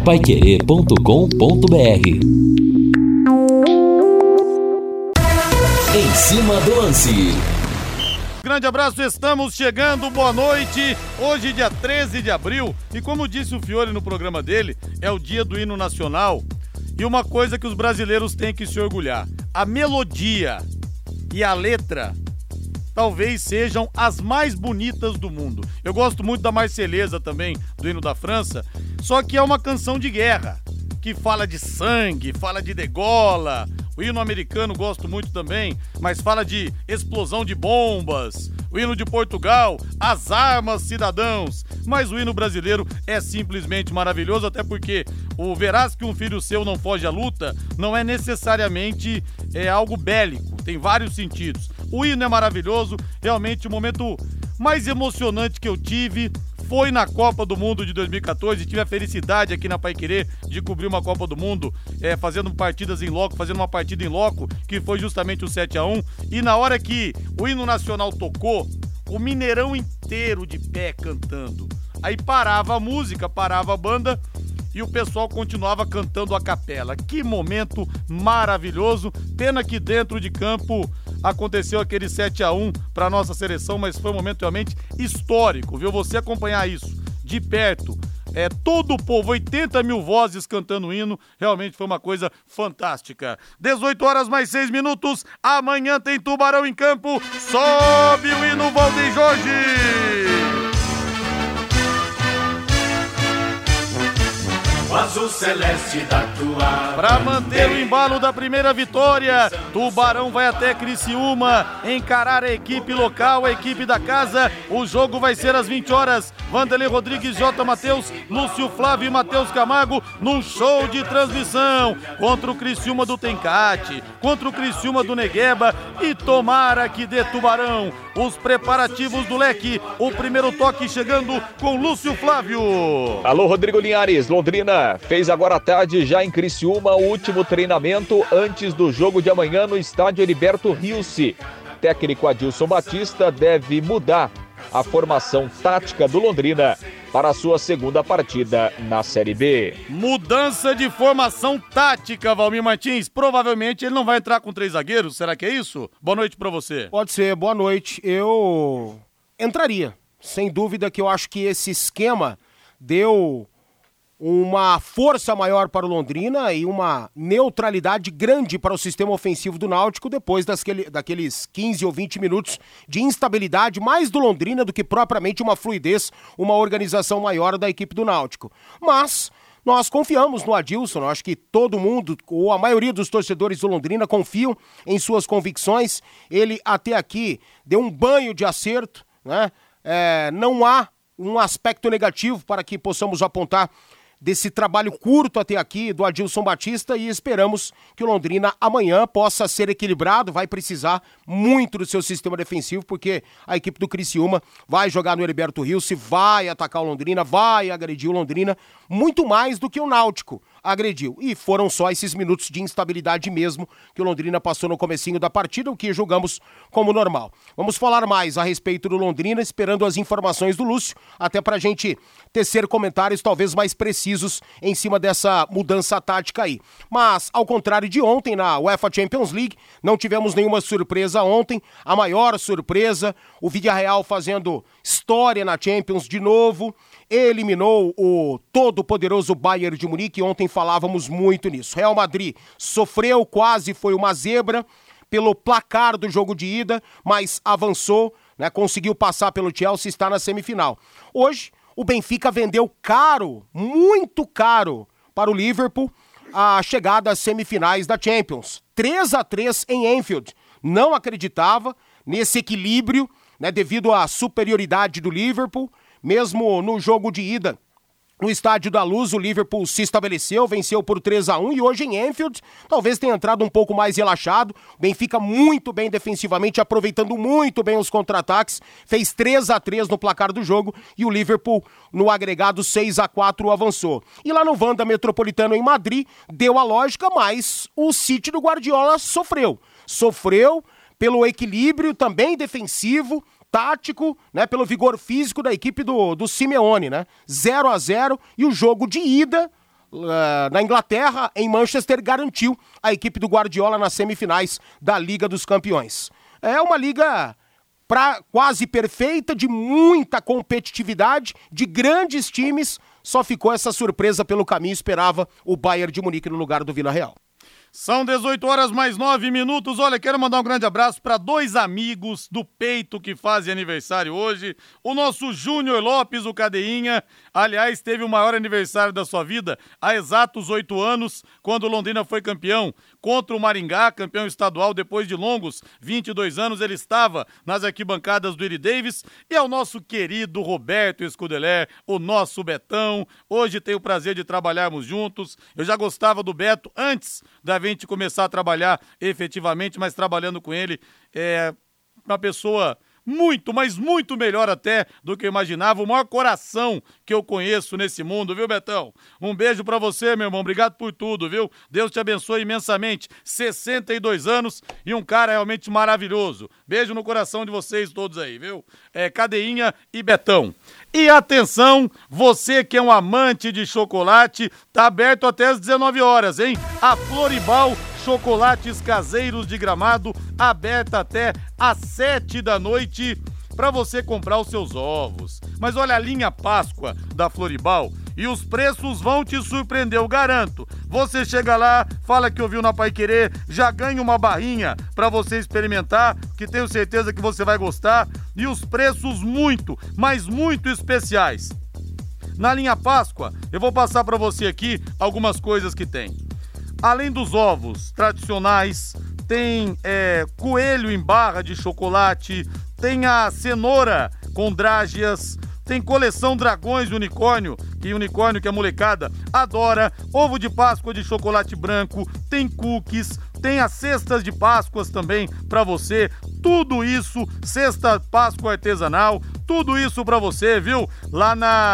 paiquerê.com.br. Em cima do lance. Grande abraço, estamos chegando, boa noite. Hoje, dia 13 de abril, e como disse o Fiore no programa dele, é o dia do hino nacional. E uma coisa que os brasileiros têm que se orgulhar: a melodia e a letra talvez sejam as mais bonitas do mundo. Eu gosto muito da Marselhesa também, do hino da França, só que é uma canção de guerra, que fala de sangue, fala de degola. O hino americano gosto muito também, mas fala de explosão de bombas. O hino de Portugal, as armas, cidadãos. Mas o hino brasileiro é simplesmente maravilhoso, até porque o verás que um filho seu não foge à luta não é necessariamente algo bélico, tem vários sentidos. O hino é maravilhoso, realmente o momento mais emocionante que eu tive foi na Copa do Mundo de 2014, tive a felicidade aqui na Paiquerê de cobrir uma Copa do Mundo, fazendo partidas em loco, fazendo uma partida em loco, que foi justamente o 7-1, e na hora que o hino nacional tocou, o Mineirão inteiro de pé cantando. Aí parava a música, parava a banda e o pessoal continuava cantando a capela. Que momento maravilhoso, pena que dentro de campo aconteceu aquele 7-1 para nossa seleção, mas foi um momento realmente histórico, viu? Você acompanhar isso de perto, todo o povo, 80 mil vozes cantando o hino, realmente foi uma coisa fantástica. 18 horas mais 6 minutos, amanhã tem Tubarão em campo, sobe o hino Valdeir Jorge! O azul celeste da tua... Para manter o embalo da primeira vitória, Tubarão vai até Criciúma encarar a equipe local, a equipe da casa. O jogo vai ser às 20 horas. Vanderlei Rodrigues, J. Matheus, Lúcio Flávio e Matheus Camargo num show de transmissão contra o Criciúma do Tencate, contra o Criciúma do Negueba, e tomara que dê Tubarão. Os preparativos do leque, o primeiro toque chegando com Lúcio Flávio. Alô, Rodrigo Linhares. Londrina fez agora à tarde já em Criciúma o último treinamento antes do jogo de amanhã no estádio Heriberto Rilse. Técnico Adilson Batista deve mudar a formação tática do Londrina para a sua segunda partida na Série B. Mudança de formação tática, Valmir Martins. Provavelmente ele não vai entrar com 3 zagueiros, será que é isso? Boa noite pra você. Pode ser, boa noite. Eu entraria. Sem dúvida que eu acho que esse esquema deu uma força maior para o Londrina e uma neutralidade grande para o sistema ofensivo do Náutico depois daqueles 15 ou 20 minutos de instabilidade, mais do Londrina do que propriamente uma fluidez, uma organização maior da equipe do Náutico. Mas nós confiamos no Adilson, eu acho que todo mundo, ou a maioria dos torcedores do Londrina, confiam em suas convicções. Ele até aqui deu um banho de acerto, né? Não há um aspecto negativo para que possamos apontar desse trabalho curto até aqui do Adilson Batista, e esperamos que o Londrina amanhã possa ser equilibrado. Vai precisar muito do seu sistema defensivo, porque a equipe do Criciúma vai jogar no Heriberto Rilse, vai atacar o Londrina, vai agredir o Londrina, muito mais do que o Náutico agrediu. E foram só esses minutos de instabilidade mesmo que o Londrina passou no comecinho da partida, o que julgamos como normal. Vamos falar mais a respeito do Londrina, esperando as informações do Lúcio, até pra gente tecer comentários talvez mais precisos em cima dessa mudança tática aí. Mas, ao contrário de ontem, na UEFA Champions League, não tivemos nenhuma surpresa ontem. A maior surpresa, o Villarreal fazendo história na Champions de novo, eliminou o todo-poderoso Bayern de Munique. Ontem falávamos muito nisso. Real Madrid sofreu, quase foi uma zebra pelo placar do jogo de ida, mas avançou, né, conseguiu passar pelo Chelsea e está na semifinal. Hoje, o Benfica vendeu caro, muito caro, para o Liverpool a chegada às semifinais da Champions. 3-3 em Anfield. Não acreditava nesse equilíbrio, né, devido à superioridade do Liverpool. Mesmo no jogo de ida, no Estádio da Luz, o Liverpool se estabeleceu, venceu por 3-1, e hoje em Anfield talvez tenha entrado um pouco mais relaxado. O Benfica muito bem defensivamente, aproveitando muito bem os contra-ataques, fez 3-3 no placar do jogo, e o Liverpool no agregado 6-4 avançou. E lá no Wanda Metropolitano em Madrid, deu a lógica, mas o City do Guardiola sofreu pelo equilíbrio também defensivo, tático, né, pelo vigor físico da equipe do Simeone, né? 0-0, e o jogo de ida na Inglaterra, em Manchester, garantiu a equipe do Guardiola nas semifinais da Liga dos Campeões. É uma liga quase perfeita, de muita competitividade, de grandes times, só ficou essa surpresa pelo caminho, esperava o Bayern de Munique no lugar do Vila Real. São 18 horas mais 9 minutos. Olha, quero mandar um grande abraço para 2 amigos do peito que fazem aniversário hoje. O nosso Júnior Lopes, o Cadeinha, aliás, teve o maior aniversário da sua vida há exatos 8 anos, quando o Londrina foi campeão contra o Maringá, campeão estadual. Depois de longos 22 anos, ele estava nas arquibancadas do Iri Davis. E ao nosso querido Roberto Escudeler, o nosso Betão. Hoje tenho o prazer de trabalharmos juntos. Eu já gostava do Beto antes da gente começar a trabalhar efetivamente, mas trabalhando com ele é uma pessoa muito, mas muito melhor até do que eu imaginava, o maior coração que eu conheço nesse mundo, viu, Betão? Um beijo pra você, meu irmão, obrigado por tudo, viu? Deus te abençoe imensamente, 62 anos e um cara realmente maravilhoso. Beijo no coração de vocês todos aí, viu? Cadeinha e Betão. E atenção, você que é um amante de chocolate, tá aberto até às 19 horas, hein? A Floribal Chocolates Caseiros de Gramado, aberta até às 7 da noite para você comprar os seus ovos. Mas olha a linha Páscoa da Floribal e os preços vão te surpreender, eu garanto. Você chega lá, fala que ouviu na Paiquerê, já ganha uma barrinha para você experimentar, que tenho certeza que você vai gostar, e os preços muito, mas muito especiais. Na linha Páscoa, eu vou passar para você aqui algumas coisas que tem. Além dos ovos tradicionais, tem coelho em barra de chocolate, tem a cenoura com drágeas, tem coleção dragões de unicórnio, que a molecada adora, ovo de Páscoa de chocolate branco, tem cookies, tem as cestas de Páscoas também para você, tudo isso, cesta Páscoa artesanal, tudo isso para você, viu? Lá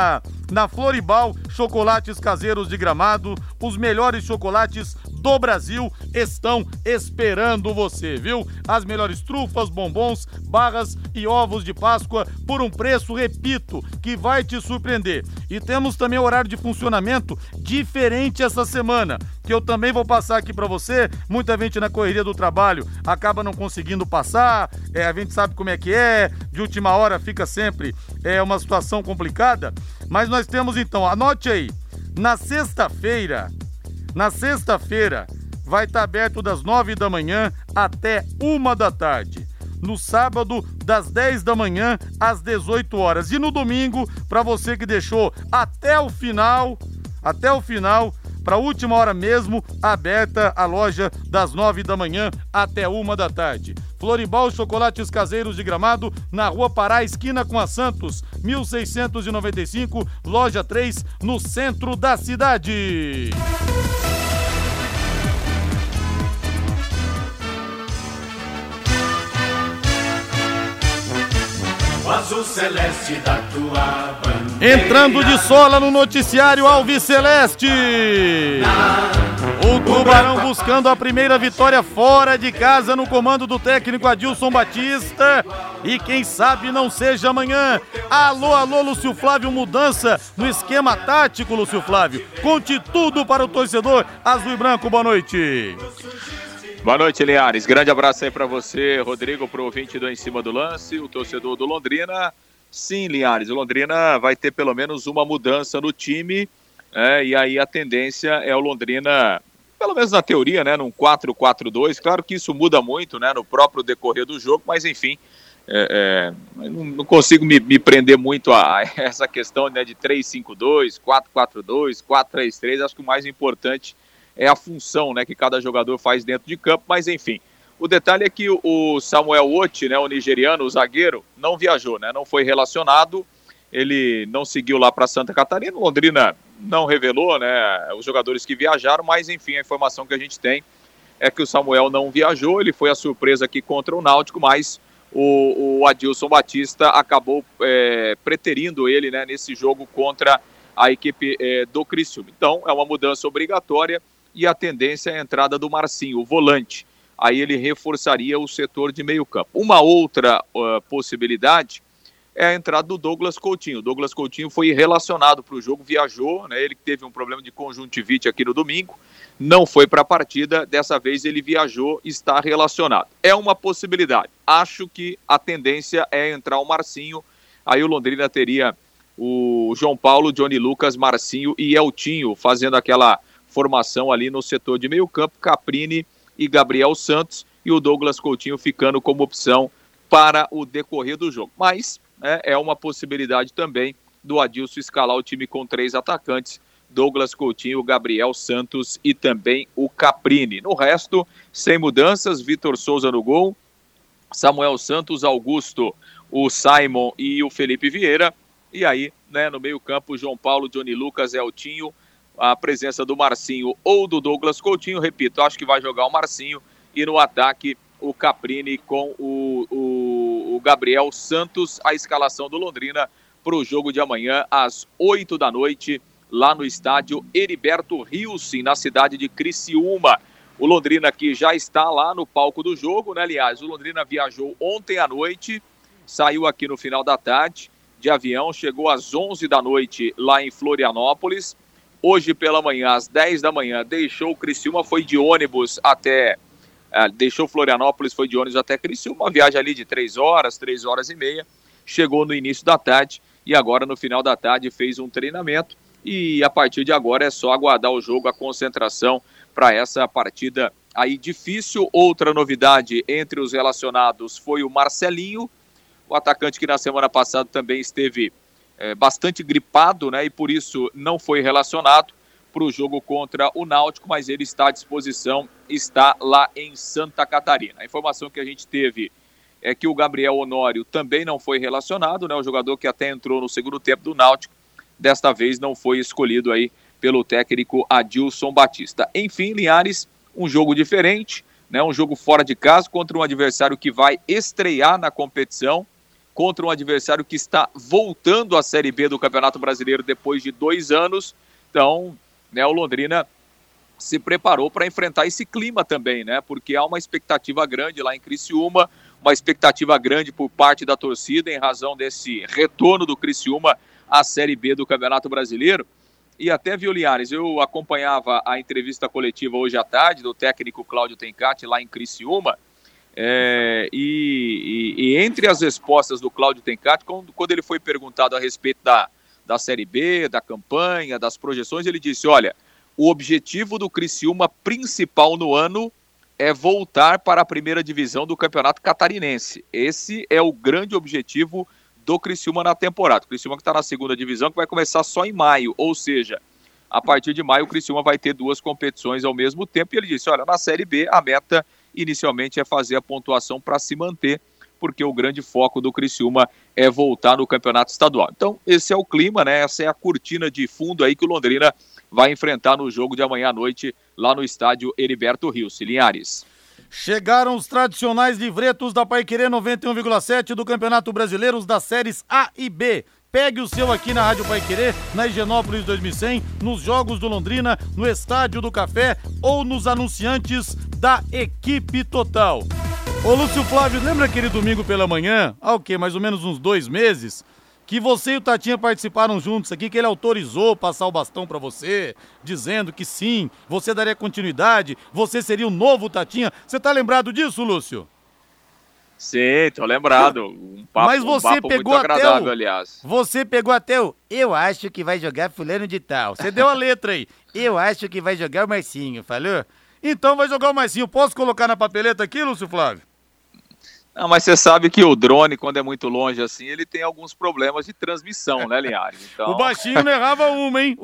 na Floribal Chocolates Caseiros de Gramado, os melhores chocolates do Brasil estão esperando você, viu? As melhores trufas, bombons, barras e ovos de Páscoa por um preço, repito, que vai te surpreender. E temos também o horário de funcionamento diferente essa semana, que eu também vou passar aqui para você. Muita gente na correria do trabalho acaba não conseguindo passar, a gente sabe como é que é, de última hora fica sempre uma situação complicada, mas nós temos então, anote aí, na sexta-feira vai estar aberto das 9 da manhã até 1 da tarde. No sábado, das 10 da manhã às 18 horas. E no domingo, para você que deixou até o final, para a última hora mesmo, aberta a loja das 9 da manhã até 1 da tarde. Floribal Chocolates Caseiros de Gramado, na Rua Pará, esquina com a Santos, 1695, loja 3, no centro da cidade. O azul celeste da tua bandeira. Entrando de sola no noticiário Alviceleste. O Tubarão buscando a primeira vitória fora de casa no comando do técnico Adilson Batista. E quem sabe não seja amanhã. Alô, Lúcio Flávio, mudança no esquema tático, Lúcio Flávio. Conte tudo para o torcedor azul e branco, boa noite. Boa noite, Linhares. Grande abraço aí pra você, Rodrigo, pro ouvinte do Em Cima do Lance, o torcedor do Londrina. Sim, Linhares, o Londrina vai ter pelo menos uma mudança no time, e aí a tendência é o Londrina, pelo menos na teoria, né, num 4-4-2. Claro que isso muda muito, né, no próprio decorrer do jogo, mas enfim, não consigo me prender muito a essa questão, né, de 3-5-2, 4-4-2, 4-3-3. Acho que o mais importante é a função, né, que cada jogador faz dentro de campo, mas enfim. O detalhe é que o Samuel Oti, né, o nigeriano, o zagueiro, não viajou, né, não foi relacionado, ele não seguiu lá para Santa Catarina. Londrina não revelou, né, os jogadores que viajaram, mas enfim, a informação que a gente tem é que o Samuel não viajou, ele foi a surpresa aqui contra o Náutico, mas o Adilson Batista acabou preterindo ele, né, nesse jogo contra a equipe do Criciúma. Então, é uma mudança obrigatória. E a tendência é a entrada do Marcinho, o volante. Aí ele reforçaria o setor de meio campo. Uma outra possibilidade é a entrada do Douglas Coutinho. O Douglas Coutinho foi relacionado para o jogo, viajou, né? Ele teve um problema de conjuntivite aqui no domingo, não foi para a partida, dessa vez ele viajou, está relacionado. É uma possibilidade. Acho que a tendência é entrar o Marcinho, aí o Londrina teria o João Paulo, Johnny Lucas, Marcinho e Eltinho, fazendo aquela formação ali no setor de meio campo, Caprini e Gabriel Santos, e o Douglas Coutinho ficando como opção para o decorrer do jogo. Mas é uma possibilidade também do Adilson escalar o time com 3 atacantes, Douglas Coutinho, Gabriel Santos e também o Caprini. No resto, sem mudanças, Vitor Souza no gol, Samuel Santos, Augusto, o Simon e o Felipe Vieira. E aí, né, no meio campo, João Paulo, Johnny Lucas, Eltinho, a presença do Marcinho ou do Douglas Coutinho. Repito, acho que vai jogar o Marcinho. E no ataque, o Caprini com o Gabriel Santos, a escalação do Londrina para o jogo de amanhã, às 8 da noite, lá no estádio Heriberto Rios, na cidade de Criciúma. O Londrina que já está lá no palco do jogo, né? Aliás, o Londrina viajou ontem à noite, saiu aqui no final da tarde de avião, chegou às 11 da noite lá em Florianópolis. Hoje pela manhã, às 10 da manhã, deixou o Criciúma, foi de ônibus até... deixou Florianópolis, foi de ônibus até Criciúma, uma viagem ali de 3 horas e meia, chegou no início da tarde e agora no final da tarde fez um treinamento e a partir de agora é só aguardar o jogo, a concentração para essa partida aí difícil. Outra novidade entre os relacionados foi o Marcelinho, o atacante que na semana passada também esteve bastante gripado, né, e por isso não foi relacionado para o jogo contra o Náutico, mas ele está à disposição, está lá em Santa Catarina. A informação que a gente teve é que o Gabriel Honório também não foi relacionado, né, o jogador que até entrou no segundo tempo do Náutico, desta vez não foi escolhido aí pelo técnico Adilson Batista. Enfim, Linhares, um jogo diferente, né, um jogo fora de casa contra um adversário que vai estrear na competição, contra um adversário que está voltando à Série B do Campeonato Brasileiro depois de 2 anos. Então, né, o Londrina se preparou para enfrentar esse clima também, né? Porque há uma expectativa grande lá em Criciúma, uma expectativa grande por parte da torcida em razão desse retorno do Criciúma à Série B do Campeonato Brasileiro. E até, viu, Linhares, eu acompanhava a entrevista coletiva hoje à tarde do técnico Cláudio Tencati lá em Criciúma, e entre as respostas do Cláudio Tencati, quando ele foi perguntado a respeito da Série B, da campanha, das projeções, ele disse, olha, o objetivo do Criciúma principal no ano é voltar para a primeira divisão do Campeonato Catarinense. Esse é o grande objetivo do Criciúma na temporada. O Criciúma que está na segunda divisão, que vai começar só em maio, ou seja, a partir de maio o Criciúma vai ter 2 competições ao mesmo tempo, e ele disse, olha, na Série B a meta inicialmente é fazer a pontuação para se manter, porque o grande foco do Criciúma é voltar no campeonato estadual. Então, esse é o clima, né? Essa é a cortina de fundo aí que o Londrina vai enfrentar no jogo de amanhã à noite, lá no estádio Heriberto Rios. Linhares. Chegaram os tradicionais livretos da Paiquerê 91,7 do Campeonato Brasileiro, os das séries A e B. Pegue o seu aqui na Rádio Paiquerê, na Higienópolis 2100, nos Jogos do Londrina, no Estádio do Café ou nos anunciantes da equipe total. Ô Lúcio Flávio, lembra aquele domingo pela manhã, mais ou menos uns 2 meses, que você e o Tatinha participaram juntos aqui, que ele autorizou passar o bastão pra você, dizendo que sim, você daria continuidade, você seria o novo Tatinha. Você tá lembrado disso, Lúcio? Sim, tô lembrado. Mas você pegou muito agradável, aliás. Você pegou até o eu acho que vai jogar fulano de tal. Você deu a letra aí. Eu acho que vai jogar o Marcinho, falou? Então vai jogar o Marcinho. Posso colocar na papeleta aqui, Lúcio Flávio? Não, mas você sabe que o drone, quando é muito longe assim, ele tem alguns problemas de transmissão, né, Linhares? Então... O baixinho não errava uma, hein?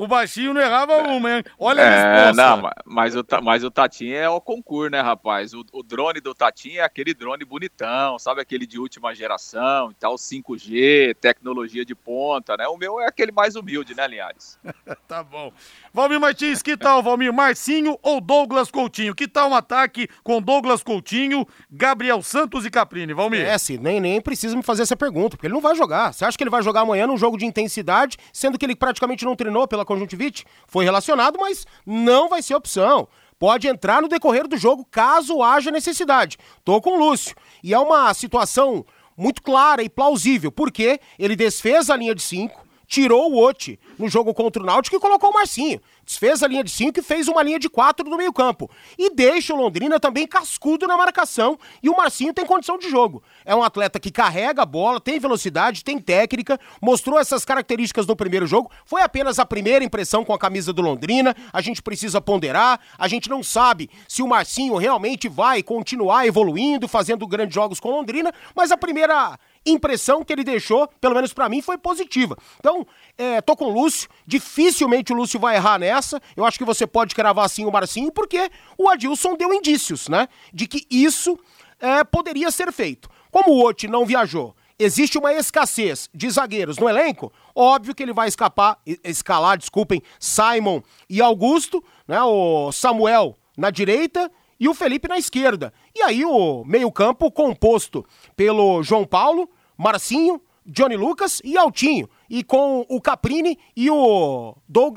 Olha a resposta. Não, mas o Tatinha é o concurso, né, rapaz? O drone do Tatinha é aquele drone bonitão, sabe? Aquele de última geração e tal, 5G, tecnologia de ponta, né? O meu é aquele mais humilde, né, Linhares? Tá bom. Valmir Martins, que tal, Valmir? Marcinho ou Douglas Coutinho? Que tal um ataque com Douglas Coutinho, Gabriel Santos e Caprini? Valmir. Sim, nem precisa me fazer essa pergunta, porque ele não vai jogar. Você acha que ele vai jogar amanhã num jogo de intensidade, sendo que ele praticamente não treinou pela conjuntivite? Foi relacionado, mas não vai ser opção. Pode entrar no decorrer do jogo, caso haja necessidade. Tô com o Lúcio. E é uma situação muito clara e plausível, porque ele desfez a linha de 5, tirou o Oti no jogo contra o Náutico e colocou o Marcinho. Desfez a linha de 5 e fez uma linha de 4 no meio campo. E deixa o Londrina também cascudo na marcação e o Marcinho tem condição de jogo. É um atleta que carrega a bola, tem velocidade, tem técnica, mostrou essas características no primeiro jogo. Foi apenas a primeira impressão com a camisa do Londrina, a gente precisa ponderar, a gente não sabe se o Marcinho realmente vai continuar evoluindo, fazendo grandes jogos com o Londrina, mas a primeira impressão que ele deixou, pelo menos pra mim, foi positiva. Então, tô com o Lúcio, dificilmente o Lúcio vai errar nessa, eu acho que você pode cravar assim o Marcinho, porque o Adilson deu indícios, né, de que isso poderia ser feito. Como o Oti não viajou, existe uma escassez de zagueiros no elenco, óbvio que ele vai escalar, Simon e Augusto, né, o Samuel na direita e o Felipe na esquerda. E aí o meio-campo composto pelo João Paulo, Marcinho, Johnny Lucas e Altinho. E com o Caprini e o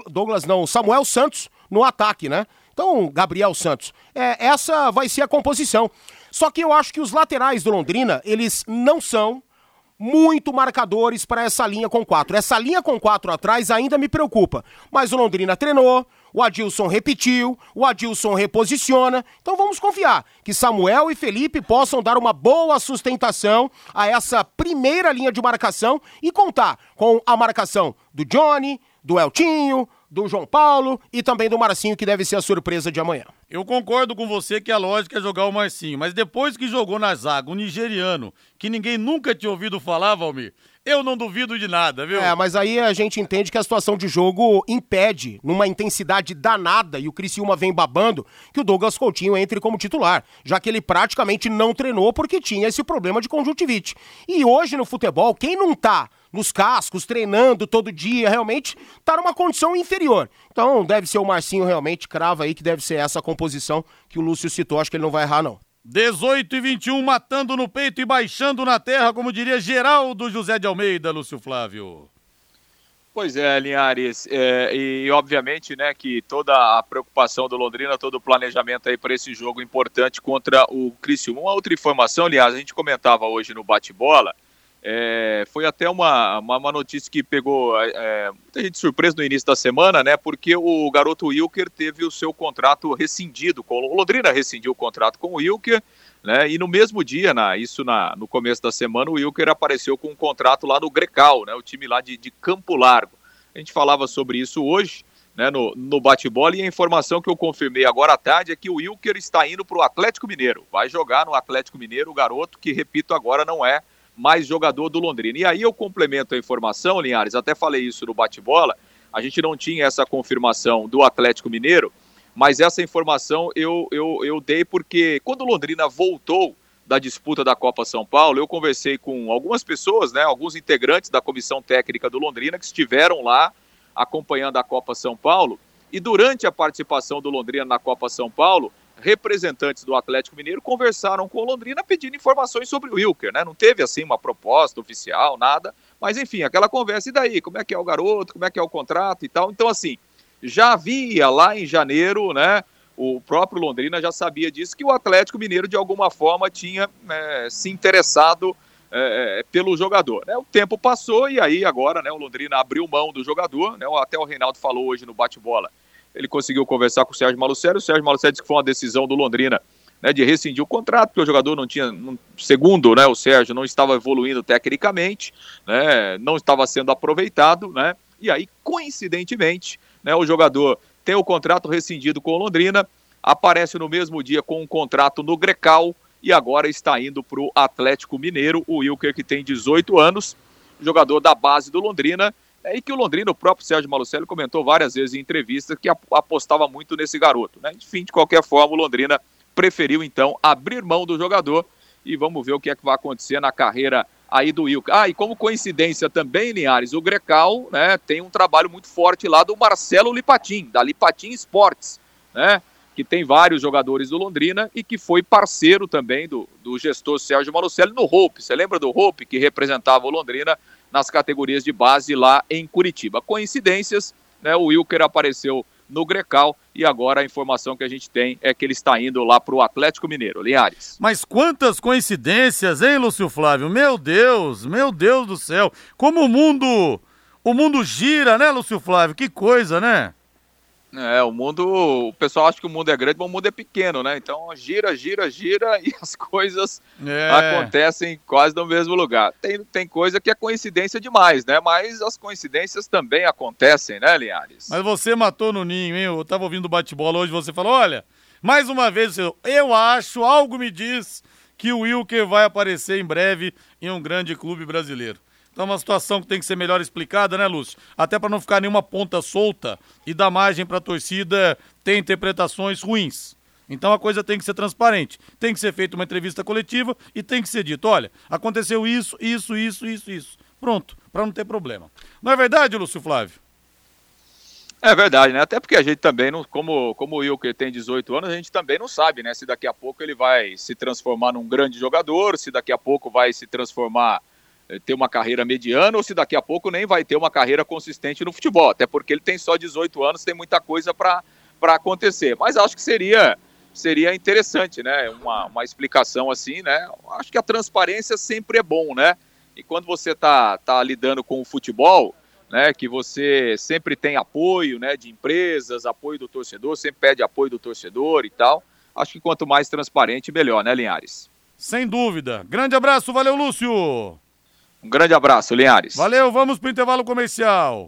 Samuel Santos no ataque, né? Então, Gabriel Santos. Essa vai ser a composição. Só que eu acho que os laterais do Londrina, eles não são muito marcadores para essa linha com 4. Essa linha com 4 atrás ainda me preocupa. Mas o Londrina treinou, o Adilson repetiu, o Adilson reposiciona. Então vamos confiar que Samuel e Felipe possam dar uma boa sustentação a essa primeira linha de marcação e contar com a marcação do Johnny, do Eltinho, do João Paulo e também do Marcinho, que deve ser a surpresa de amanhã. Eu concordo com você que a lógica é jogar o Marcinho, mas depois que jogou na zaga o nigeriano, que ninguém nunca tinha ouvido falar, Valmir, eu não duvido de nada, viu? Mas aí a gente entende que a situação de jogo impede, numa intensidade danada, e o Criciúma vem babando, que o Douglas Coutinho entre como titular, já que ele praticamente não treinou porque tinha esse problema de conjuntivite. E hoje no futebol, quem não tá nos cascos, treinando todo dia, realmente tá numa condição inferior. Então deve ser o Marcinho realmente, crava aí que deve ser essa a composição que o Lúcio citou, acho que ele não vai errar não. 18-21, matando no peito e baixando na terra, como diria Geraldo José de Almeida, Lúcio Flávio. Pois é, Linhares, e obviamente, né, que toda a preocupação do Londrina, todo o planejamento aí para esse jogo importante contra o Criciúma. Uma outra informação, aliás, a gente comentava hoje no bate-bola, foi até uma notícia que pegou muita gente surpresa no início da semana, né? Porque o garoto Wilker teve o seu contrato rescindido. O Londrina rescindiu o contrato com o Wilker, né? E no mesmo dia, no começo da semana, o Wilker apareceu com um contrato lá no Grecal, né? O time lá de Campo Largo. A gente falava sobre isso hoje, né? No bate-bola, e a informação que eu confirmei agora à tarde é que o Wilker está indo para o Atlético Mineiro. Vai jogar no Atlético Mineiro, o garoto que, repito, agora não é mais jogador do Londrina. E aí eu complemento a informação, Linhares, até falei isso no bate-bola, a gente não tinha essa confirmação do Atlético Mineiro, mas essa informação eu dei porque quando o Londrina voltou da disputa da Copa São Paulo, eu conversei com algumas pessoas, né, alguns integrantes da comissão técnica do Londrina que estiveram lá acompanhando a Copa São Paulo, e durante a participação do Londrina na Copa São Paulo, representantes do Atlético Mineiro conversaram com o Londrina pedindo informações sobre o Wilker, né? Não teve, assim, uma proposta oficial, nada, mas, enfim, aquela conversa, e daí? Como é que é o garoto? Como é que é o contrato e tal? Então, assim, já havia lá em janeiro, né? O próprio Londrina já sabia disso, que o Atlético Mineiro, de alguma forma, tinha se interessado pelo jogador, né? O tempo passou e aí agora, né, o Londrina abriu mão do jogador, né? Até o Reinaldo falou hoje no bate-bola. Ele conseguiu conversar com o Sérgio Malucelli. O Sérgio Malucelli disse que foi uma decisão do Londrina, né, de rescindir o contrato, porque o jogador não tinha, segundo, né, o Sérgio, não estava evoluindo tecnicamente, né, não estava sendo aproveitado, né, e aí, coincidentemente, né, o jogador tem o contrato rescindido com o Londrina, aparece no mesmo dia com um contrato no Grecal e agora está indo para o Atlético Mineiro, o Wilker, que tem 18 anos, jogador da base do Londrina, e que o Londrina, o próprio Sérgio Malucelli, comentou várias vezes em entrevistas que apostava muito nesse garoto, né? Enfim, de qualquer forma, o Londrina preferiu, então, abrir mão do jogador e vamos ver o que é que vai acontecer na carreira aí do Wilker. E como coincidência também, Linhares, o Grecal, né, tem um trabalho muito forte lá do Marcelo Lipatin, da Lipatin Esportes, né? Que tem vários jogadores do Londrina e que foi parceiro também do gestor Sérgio Malucelli no Hope. Você lembra do Hope, que representava o Londrina nas categorias de base lá em Curitiba? Coincidências, né? O Wilker apareceu no Grecal, e agora a informação que a gente tem é que ele está indo lá para o Atlético Mineiro. Linhares. Mas quantas coincidências, hein, Lúcio Flávio? Meu Deus do céu. Como o mundo gira, né, Lúcio Flávio? Que coisa, né? O pessoal acha que o mundo é grande, mas o mundo é pequeno, né? Então gira e as coisas acontecem quase no mesmo lugar. Tem coisa que é coincidência demais, né? Mas as coincidências também acontecem, né, Linhares? Mas você matou no ninho, hein? Eu tava ouvindo o bate-bola hoje, você falou, olha, mais uma vez, eu acho, algo me diz que o Wilker vai aparecer em breve em um grande clube brasileiro. Então é uma situação que tem que ser melhor explicada, né, Lúcio? Até para não ficar nenhuma ponta solta e dar margem para a torcida ter interpretações ruins. Então a coisa tem que ser transparente. Tem que ser feita uma entrevista coletiva e tem que ser dito, olha, aconteceu isso. Pronto, para não ter problema. Não é verdade, Lúcio Flávio? É verdade, né? Até porque a gente também, como o Wilker tem 18 anos, a gente também não sabe, né? Se daqui a pouco ele vai se transformar num grande jogador, se daqui a pouco vai se transformar... ter uma carreira mediana, ou se daqui a pouco nem vai ter uma carreira consistente no futebol, até porque ele tem só 18 anos, tem muita coisa para acontecer, mas acho que seria interessante, né, uma explicação assim, né, acho que a transparência sempre é bom, né, e quando você tá lidando com o futebol, né, que você sempre tem apoio, né, de empresas, apoio do torcedor, sempre pede apoio do torcedor e tal, acho que quanto mais transparente, melhor, né, Linhares? Sem dúvida, grande abraço, valeu, Lúcio! Um grande abraço, Linhares. Valeu, vamos pro intervalo comercial.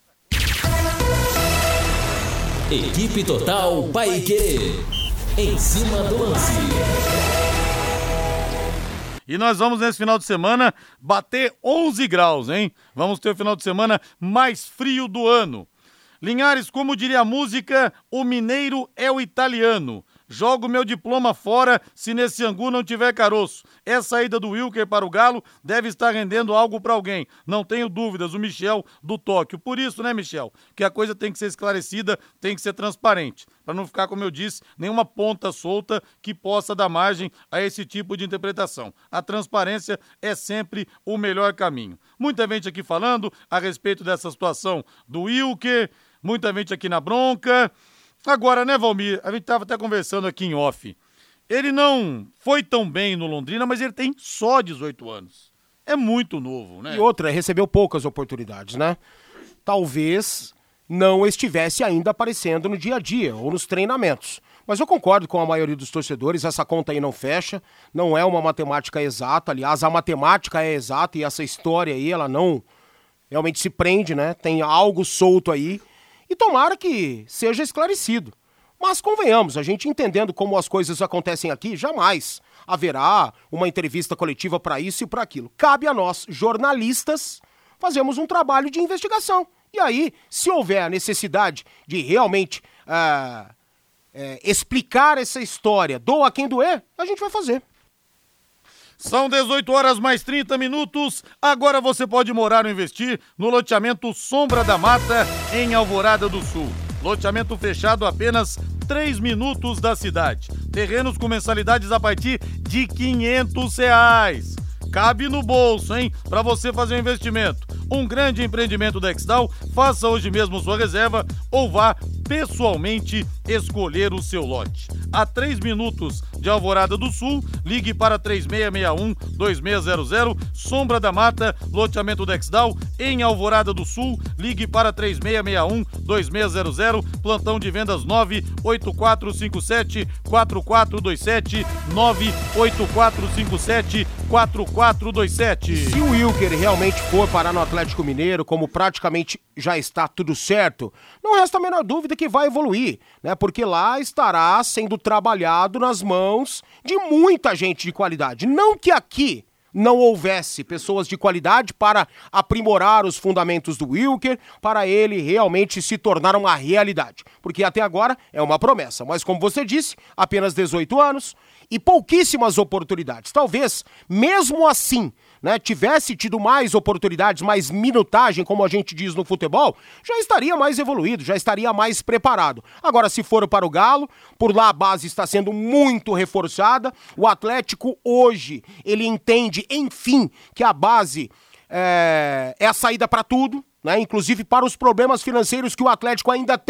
Equipe Total Paiquerê. Em cima do lance. E nós vamos nesse final de semana bater 11 graus, hein? Vamos ter o final de semana mais frio do ano. Linhares, como diria a música, o mineiro é o italiano. Jogo meu diploma fora se nesse angu não tiver caroço. Essa ida do Wilker para o Galo deve estar rendendo algo para alguém. Não tenho dúvidas, o Michel do Tóquio. Por isso, né, Michel, que a coisa tem que ser esclarecida, tem que ser transparente. Para não ficar, como eu disse, nenhuma ponta solta que possa dar margem a esse tipo de interpretação. A transparência é sempre o melhor caminho. Muita gente aqui falando a respeito dessa situação do Wilker, muita gente aqui na bronca. Agora, né, Valmir, a gente estava até conversando aqui em off, ele não foi tão bem no Londrina, mas ele tem só 18 anos. É muito novo, né? E outra, recebeu poucas oportunidades, né? Talvez não estivesse ainda aparecendo no dia a dia ou nos treinamentos. Mas eu concordo com a maioria dos torcedores, essa conta aí não fecha, não é uma matemática exata, aliás, a matemática é exata e essa história aí, ela não realmente se prende, né? Tem algo solto aí. E tomara que seja esclarecido. Mas convenhamos, a gente entendendo como as coisas acontecem aqui, jamais haverá uma entrevista coletiva para isso e para aquilo. Cabe a nós, jornalistas, fazermos um trabalho de investigação. E aí, se houver a necessidade de realmente explicar essa história, doa quem doer, a gente vai fazer. São 18 horas mais 30 minutos. Agora você pode morar ou investir no loteamento Sombra da Mata, em Alvorada do Sul. Loteamento fechado a apenas 3 minutos da cidade. Terrenos com mensalidades a partir de R$500. Cabe no bolso, hein? Para você fazer um investimento. Um grande empreendimento da Exdal. Faça hoje mesmo sua reserva ou vá pessoalmente escolher o seu lote. A 3 minutos de Alvorada do Sul, ligue para 3661-2600, Sombra da Mata, loteamento da Exdal, em Alvorada do Sul, ligue para 3661-2600, plantão de vendas 98457-4427, 98457-4427. Se o Wilker realmente for parar no Atlético Mineiro, como praticamente já está tudo certo, não resta a menor dúvida que vai evoluir, né? Porque lá estará sendo trabalhado nas mãos de muita gente de qualidade. Não que aqui não houvesse pessoas de qualidade para aprimorar os fundamentos do Wilker, para ele realmente se tornar uma realidade. Porque até agora é uma promessa, mas como você disse, apenas 18 anos e pouquíssimas oportunidades. Talvez, mesmo assim, né, tivesse tido mais oportunidades, mais minutagem, como a gente diz no futebol, já estaria mais evoluído, já estaria mais preparado. Agora, se for para o Galo, por lá a base está sendo muito reforçada, o Atlético hoje, ele entende, enfim, que a base é a saída para tudo, né, inclusive para os problemas financeiros que o Atlético ainda tem,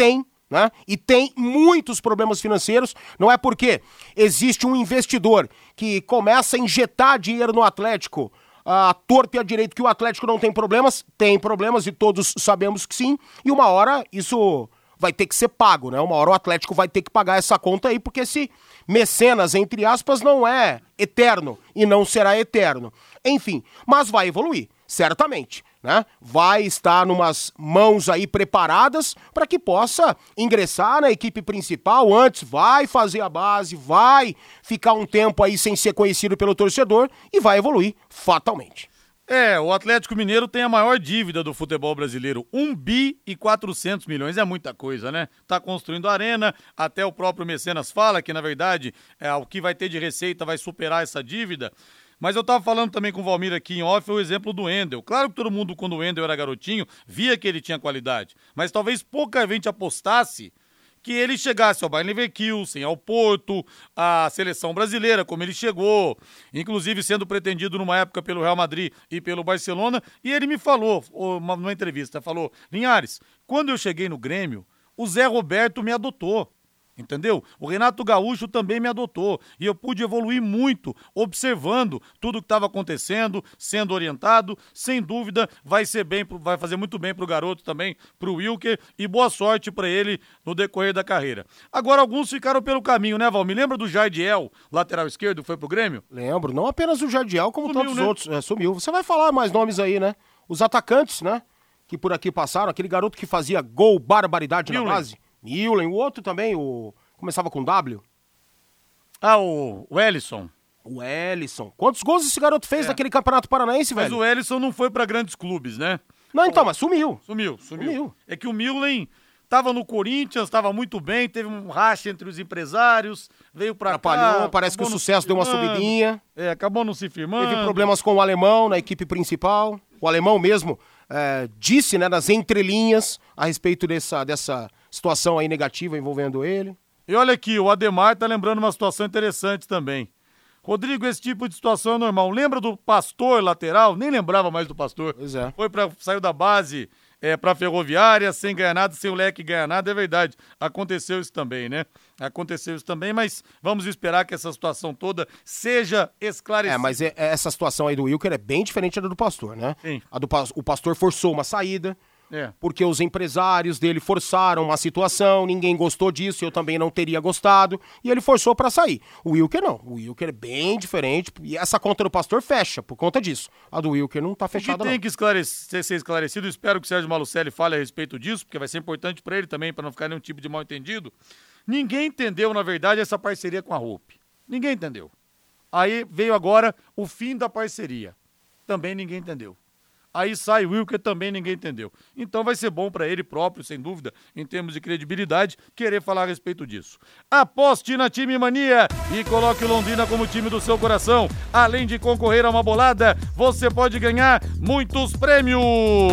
né? E tem muitos problemas financeiros. Não é porque existe um investidor que começa a injetar dinheiro no Atlético a torto e a direito que o Atlético não tem problemas e todos sabemos que sim, e uma hora isso vai ter que ser pago, né? Uma hora o Atlético vai ter que pagar essa conta aí, porque esse mecenas, entre aspas, não é eterno e não será eterno. Enfim, mas vai evoluir, certamente, né? Vai estar numas mãos aí preparadas para que possa ingressar na equipe principal, antes vai fazer a base, vai ficar um tempo aí sem ser conhecido pelo torcedor e vai evoluir fatalmente. O Atlético Mineiro tem a maior dívida do futebol brasileiro, 1,4 bilhões, é muita coisa, né? Tá construindo a arena, até o próprio Mecenas fala que, na verdade, o que vai ter de receita vai superar essa dívida. Mas eu tava falando também com o Valmir aqui em off, o exemplo do Wendel. Claro que todo mundo, quando o Wendel era garotinho, via que ele tinha qualidade, mas talvez pouca gente apostasse que ele chegasse ao Bayer Leverkusen, ao Porto, à seleção brasileira, como ele chegou, inclusive sendo pretendido numa época pelo Real Madrid e pelo Barcelona, e ele me falou, numa entrevista, falou, Linhares, quando eu cheguei no Grêmio, o Zé Roberto me adotou. Entendeu? O Renato Gaúcho também me adotou e eu pude evoluir muito observando tudo o que estava acontecendo, sendo orientado. Sem dúvida, vai fazer muito bem pro garoto também, pro Wilker, e boa sorte para ele no decorrer da carreira. Agora, alguns ficaram pelo caminho, né, Val? Me lembra do Jardiel, lateral esquerdo, que foi pro Grêmio? Lembro, não apenas o Jardiel, como Sumiu, tantos né? outros. Sumiu. Você vai falar mais nomes aí, né? Os atacantes, né? Que por aqui passaram, aquele garoto que fazia gol, barbaridade na base. Milen, o outro também, começava com W. O Ellison. O Ellison. Quantos gols esse garoto fez naquele Campeonato Paranaense, velho? Mas o Ellison não foi pra grandes clubes, né? Não, então, mas sumiu. Sumiu. É que o Milen tava no Corinthians, tava muito bem, teve um racha entre os empresários, veio pra cá. Parece que o sucesso deu uma subidinha. Acabou não se firmando. Teve problemas com o alemão na equipe principal. O alemão mesmo disse, né, nas entrelinhas, a respeito dessa situação aí negativa envolvendo ele. E olha aqui, o Ademar tá lembrando uma situação interessante também. Rodrigo, esse tipo de situação é normal. Lembra do Pastor lateral? Nem lembrava mais do Pastor. Pois é. Saiu da base pra Ferroviária, sem ganhar nada, sem o Leque ganhar nada, é verdade. Aconteceu isso também, né? Mas vamos esperar que essa situação toda seja esclarecida. Mas essa situação aí do Wilker é bem diferente da do Pastor, né? Sim. O Pastor forçou uma saída, porque os empresários dele forçaram uma situação, ninguém gostou disso, eu também não teria gostado, e ele forçou pra sair. O Wilker não, o Wilker é bem diferente, e essa conta do Pastor fecha por conta disso. A do Wilker não tá fechada, não. O que tem que ser esclarecido, espero que o Sérgio Malucelli fale a respeito disso, porque vai ser importante pra ele também, pra não ficar nenhum tipo de mal entendido. Ninguém entendeu, na verdade, essa parceria com a Hope. Ninguém entendeu. Aí veio agora o fim da parceria. Também ninguém entendeu. Aí sai o Wilker, também ninguém entendeu. Então vai ser bom para ele próprio, sem dúvida, em termos de credibilidade, querer falar a respeito disso. Aposte na Time Mania e coloque o Londrina como time do seu coração. Além de concorrer a uma bolada, você pode ganhar muitos prêmios.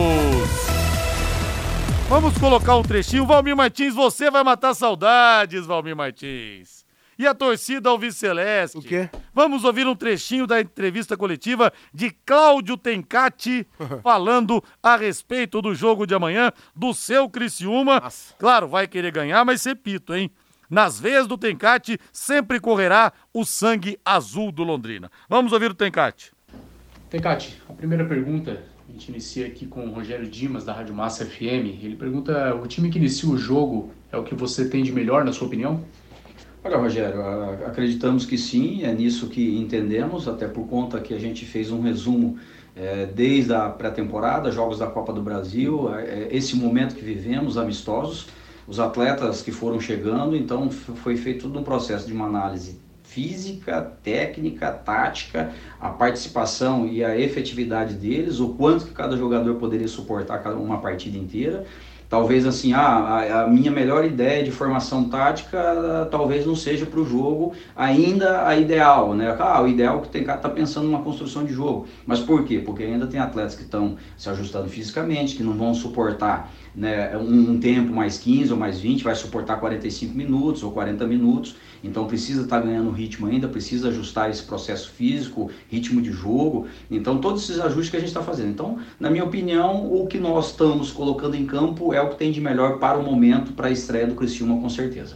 Vamos colocar um trechinho. Valmir Martins, você vai matar saudades, Valmir Martins. E a torcida alviceleste. O quê? Vamos ouvir um trechinho da entrevista coletiva de Cláudio Tencati falando a respeito do jogo de amanhã do seu Criciúma. Nossa. Claro, vai querer ganhar, mas repito, hein? Nas veias do Tencati sempre correrá o sangue azul do Londrina. Vamos ouvir o Tencati. Tencati, a primeira pergunta, a gente inicia aqui com o Rogério Dimas, da Rádio Massa FM. Ele pergunta, o time que inicia o jogo é o que você tem de melhor, na sua opinião? Olha, Rogério, acreditamos que sim, é nisso que entendemos, até por conta que a gente fez um resumo desde a pré-temporada, jogos da Copa do Brasil, esse momento que vivemos, amistosos, os atletas que foram chegando, então foi feito todo um processo de uma análise física, técnica, tática, a participação e a efetividade deles, o quanto que cada jogador poderia suportar uma partida inteira. Talvez assim, a minha melhor ideia de formação tática talvez não seja para o jogo ainda a ideal, né? O ideal é que o Tencati está pensando numa construção de jogo. Mas por quê? Porque ainda tem atletas que estão se ajustando fisicamente, que não vão suportar né, um tempo mais 15 ou mais 20, vai suportar 45 minutos ou 40 minutos, então precisa estar ganhando ritmo ainda, precisa ajustar esse processo físico, ritmo de jogo, então todos esses ajustes que a gente está fazendo. Então, na minha opinião, o que nós estamos colocando em campo é o que tem de melhor para o momento, para a estreia do Criciúma, com certeza.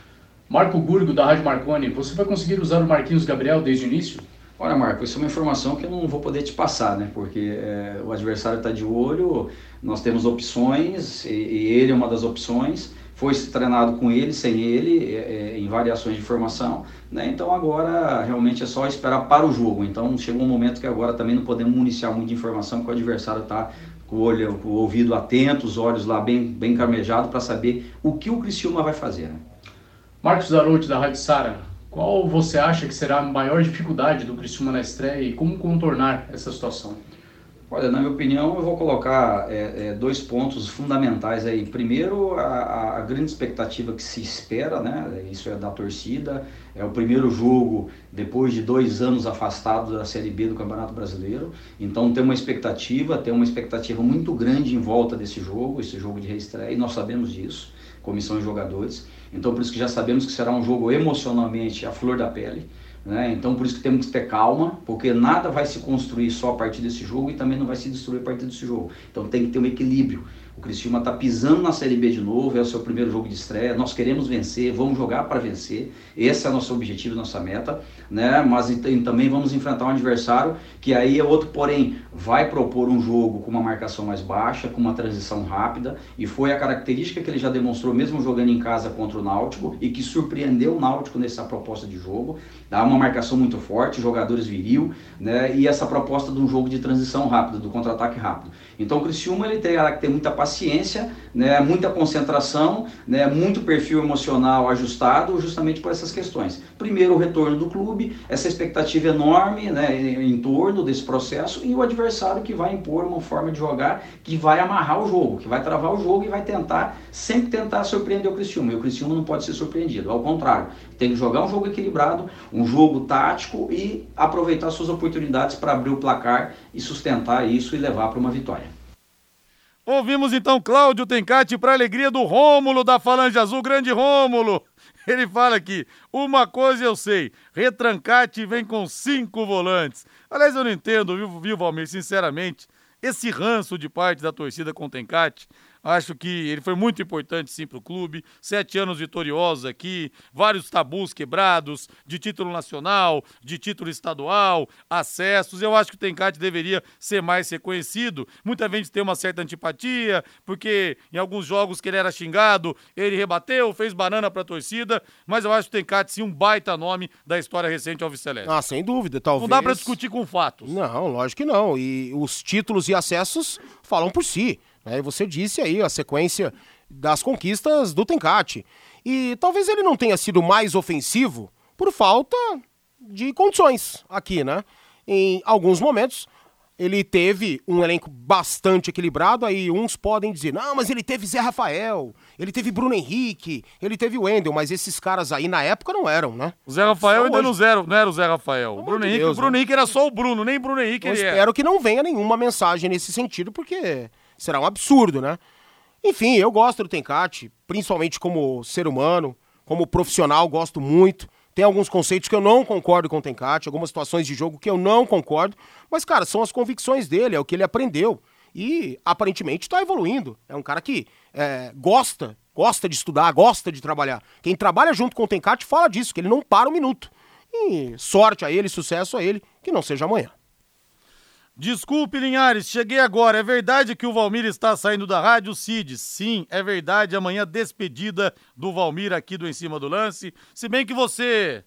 Marco Burgo, da Rádio Marconi, você vai conseguir usar o Marquinhos Gabriel desde o início? Olha, Marco, isso é uma informação que eu não vou poder te passar, né? Porque o adversário está de olho, nós temos opções, e ele é uma das opções. Foi treinado com ele, sem ele, em variações de formação, né? Então agora realmente é só esperar para o jogo. Então chegou um momento que agora também não podemos municiar muita informação, porque o adversário está com o ouvido atento, os olhos lá bem camejados para saber o que o Criciúma vai fazer, né? Marcos Zarotti, da Rádio Sara, qual você acha que será a maior dificuldade do Criciúma na estreia e como contornar essa situação? Olha, na minha opinião, eu vou colocar 2 pontos fundamentais aí. Primeiro, a grande expectativa que se espera, né? Isso é da torcida, é o primeiro jogo depois de 2 anos afastado da Série B do Campeonato Brasileiro. Então tem uma expectativa muito grande em volta desse jogo de reestreia, e nós sabemos disso, comissão e jogadores. Então por isso que já sabemos que será um jogo emocionalmente à flor da pele, né? Então por isso que temos que ter calma, porque nada vai se construir só a partir desse jogo e também não vai se destruir a partir desse jogo. Então tem que ter um equilíbrio. O Criciúma está pisando na Série B de novo, é o seu primeiro jogo de estreia, nós queremos vencer, vamos jogar para vencer, esse é o nosso objetivo, nossa meta, né? Mas também vamos enfrentar um adversário que aí é outro, porém, vai propor um jogo com uma marcação mais baixa, com uma transição rápida, e foi a característica que ele já demonstrou mesmo jogando em casa contra o Náutico, e que surpreendeu o Náutico nessa proposta de jogo, dá uma marcação muito forte, jogadores viril, né? E essa proposta de um jogo de transição rápida, do contra-ataque rápido. Então o Criciúma ele terá que ter muita paciência, né, muita concentração, né, muito perfil emocional ajustado justamente por essas questões. Primeiro, o retorno do clube, essa expectativa enorme, né, em torno desse processo, e o adversário que vai impor uma forma de jogar que vai amarrar o jogo, que vai travar o jogo e vai sempre tentar surpreender o Criciúma. E o Criciúma não pode ser surpreendido, ao contrário, tem que jogar um jogo equilibrado, um jogo tático e aproveitar suas oportunidades para abrir o placar e sustentar isso e levar para uma vitória. Ouvimos então Cláudio Tencati para a alegria do Rômulo da Falange Azul, grande Rômulo. Ele fala aqui, uma coisa eu sei, Retrancati vem com 5 volantes. Aliás, eu não entendo, viu, Valmir, sinceramente, esse ranço de parte da torcida com o Tencati. Acho que ele foi muito importante sim para o clube, 7 anos vitoriosos aqui, vários tabus quebrados, de título nacional, de título estadual, acessos. Eu acho que o Tencati deveria ser mais reconhecido. Muita gente tem uma certa antipatia, porque em alguns jogos que ele era xingado, ele rebateu, fez banana para a torcida, mas eu acho que o Tencati sim um baita nome da história recente alviceleste. Ah, sem dúvida, talvez. Não dá para discutir com fatos. Não, lógico que não. E os títulos e acessos falam por si. Aí você disse aí a sequência das conquistas do Tencati. E talvez ele não tenha sido mais ofensivo por falta de condições aqui, né? Em alguns momentos ele teve um elenco bastante equilibrado, aí uns podem dizer, não, mas ele teve Zé Rafael, ele teve Bruno Henrique, ele teve Wendel, mas esses caras aí na época não eram, né? O Zé Rafael ainda não era o Zé Rafael. O Bruno Henrique era só o Bruno, nem Bruno Henrique ele espero que não venha nenhuma mensagem nesse sentido, porque será um absurdo, né? Enfim, eu gosto do Tencati, principalmente como ser humano, como profissional, gosto muito. Tem alguns conceitos que eu não concordo com o Tencati, algumas situações de jogo que eu não concordo, mas, cara, são as convicções dele, é o que ele aprendeu. E, aparentemente, está evoluindo. É um cara que gosta de estudar, gosta de trabalhar. Quem trabalha junto com o Tencati fala disso, que ele não para um minuto. E sorte a ele, sucesso a ele, que não seja amanhã. Desculpe, Linhares, cheguei agora. É verdade que o Valmir está saindo da Rádio Cid? Sim, é verdade. Amanhã despedida do Valmir aqui do Em Cima do Lance. Se bem que você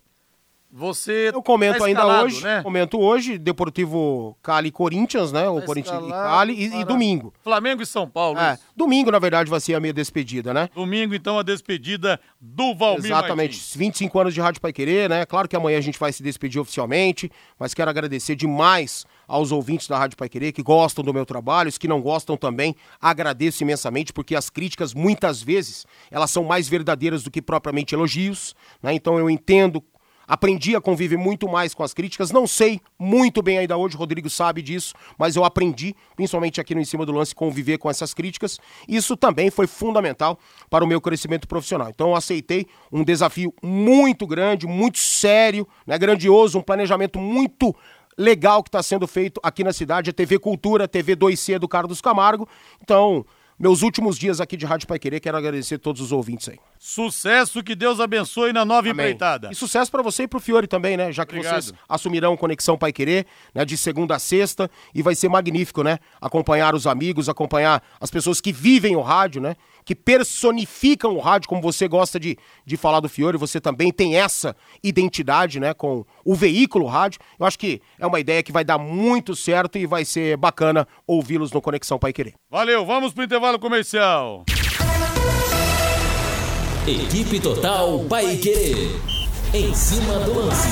eu comento tá ainda escalado, hoje, né? Comento hoje, Deportivo Cali e Corinthians, né? O Corinthians e Cali e domingo. Flamengo e São Paulo. Domingo, na verdade, vai ser a minha despedida, né? Domingo, então, a despedida do Valmir Exatamente, Martins. 25 anos de Rádio Paiquerê, né? Claro que amanhã a gente vai se despedir oficialmente, mas quero agradecer demais aos ouvintes da Rádio Paiquerê que gostam do meu trabalho, os que não gostam também, agradeço imensamente, porque as críticas, muitas vezes, elas são mais verdadeiras do que propriamente elogios, né? Então eu entendo aprendi a conviver muito mais com as críticas, não sei muito bem ainda hoje, o Rodrigo sabe disso, mas eu aprendi, principalmente aqui no Em Cima do Lance, conviver com essas críticas. Isso também foi fundamental para o meu crescimento profissional. Então eu aceitei um desafio muito grande, muito sério, né, grandioso, um planejamento muito legal que está sendo feito aqui na cidade, a TV Cultura, a TV 2C do Carlos Camargo. Então, meus últimos dias aqui de Rádio Paiquerê, quero agradecer a todos os ouvintes aí. Sucesso, que Deus abençoe na nova empreitada. E sucesso para você e pro Fiore também, né? Já que vocês assumirão Conexão Paiquerê, né? De segunda a sexta, e vai ser magnífico, né? Acompanhar os amigos, acompanhar as pessoas que vivem o rádio, né? Que personificam o rádio, como você gosta de falar do Fiore, você também tem essa identidade, né? Com o veículo rádio. Eu acho que é uma ideia que vai dar muito certo e vai ser bacana ouvi-los no Conexão Paiquerê. Valeu, vamos pro intervalo comercial. Equipe Total Paiquerê. Em cima do lance.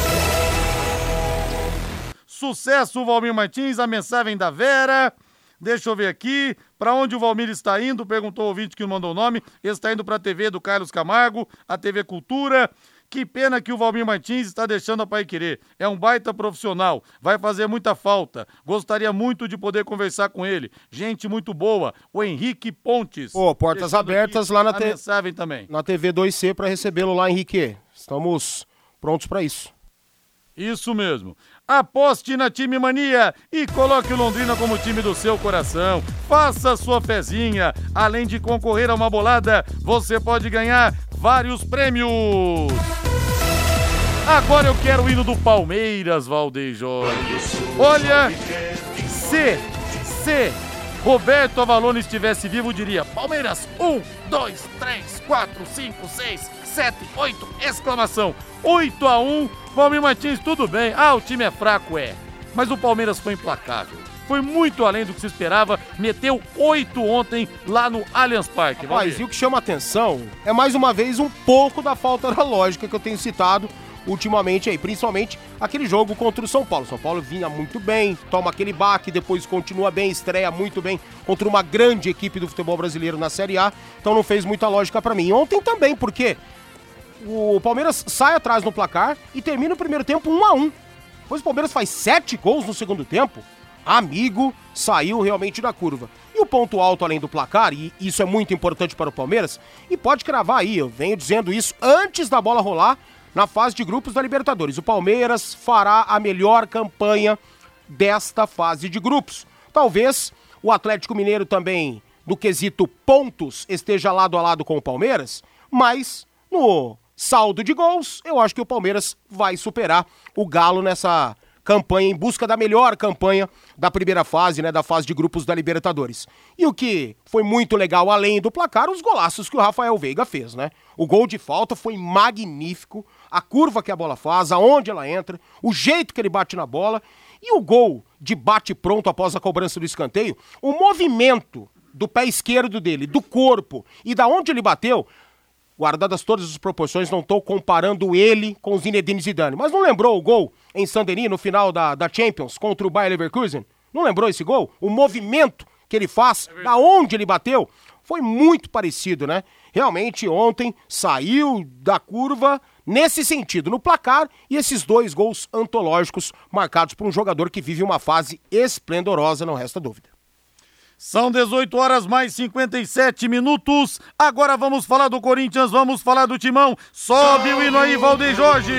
Sucesso, Valmir Martins, a mensagem da Vera. Deixa eu ver aqui, para onde o Valmir está indo, perguntou o ouvinte que não mandou o nome, ele está indo para a TV do Carlos Camargo, a TV Cultura. Que pena que o Valmir Martins está deixando a Paiquerê, é um baita profissional, vai fazer muita falta, gostaria muito de poder conversar com ele, gente muito boa, o Henrique Pontes. Portas abertas lá na mensagem também. Na TV 2C para recebê-lo lá, Henrique, estamos prontos para isso. Isso mesmo. Aposte na Time Mania e coloque o Londrina como time do seu coração. Faça sua fezinha. Além de concorrer a uma bolada, você pode ganhar vários prêmios. Agora eu quero o hino do Palmeiras, Valdeir Jorge. Olha, se Roberto Avalone estivesse vivo, diria: Palmeiras, 1, 2, 3, 4, 5, 6, 7, 8, exclamação. 8-1, Valmir Martins, tudo bem. O time é fraco, mas o Palmeiras foi implacável. Foi muito além do que se esperava, meteu 8 ontem lá no Allianz Parque. Mas e o que chama a atenção é mais uma vez um pouco da falta da lógica que eu tenho citado ultimamente aí, principalmente aquele jogo contra o São Paulo. São Paulo vinha muito bem, toma aquele baque, depois continua bem, estreia muito bem contra uma grande equipe do futebol brasileiro na Série A, então não fez muita lógica pra mim. Ontem também, porque o Palmeiras sai atrás no placar e termina o primeiro tempo 1-1. Depois o Palmeiras faz 7 gols no segundo tempo. Amigo, saiu realmente da curva. E o ponto alto além do placar, e isso é muito importante para o Palmeiras, e pode cravar aí, eu venho dizendo isso antes da bola rolar, na fase de grupos da Libertadores. O Palmeiras fará a melhor campanha desta fase de grupos. Talvez o Atlético Mineiro também, no quesito pontos, esteja lado a lado com o Palmeiras, mas no saldo de gols, eu acho que o Palmeiras vai superar o Galo nessa campanha, em busca da melhor campanha da primeira fase, né, da fase de grupos da Libertadores. E o que foi muito legal, além do placar, os golaços que o Rafael Veiga fez, né? O gol de falta foi magnífico, a curva que a bola faz, aonde ela entra, o jeito que ele bate na bola, e o gol de bate pronto após a cobrança do escanteio, o movimento do pé esquerdo dele, do corpo e da onde ele bateu, guardadas todas as proporções, não estou comparando ele com o Zinedine Zidane, mas não lembrou o gol em Saint-Denis no final da Champions contra o Bayer Leverkusen? Não lembrou esse gol? O movimento que ele faz, da onde ele bateu, foi muito parecido, né? Realmente ontem saiu da curva nesse sentido, no placar, e esses 2 gols antológicos marcados por um jogador que vive uma fase esplendorosa, não resta dúvida. São 18 horas mais 57 minutos. Agora vamos falar do Corinthians, vamos falar do Timão. Sobe o hino aí, Valdeir Jorge.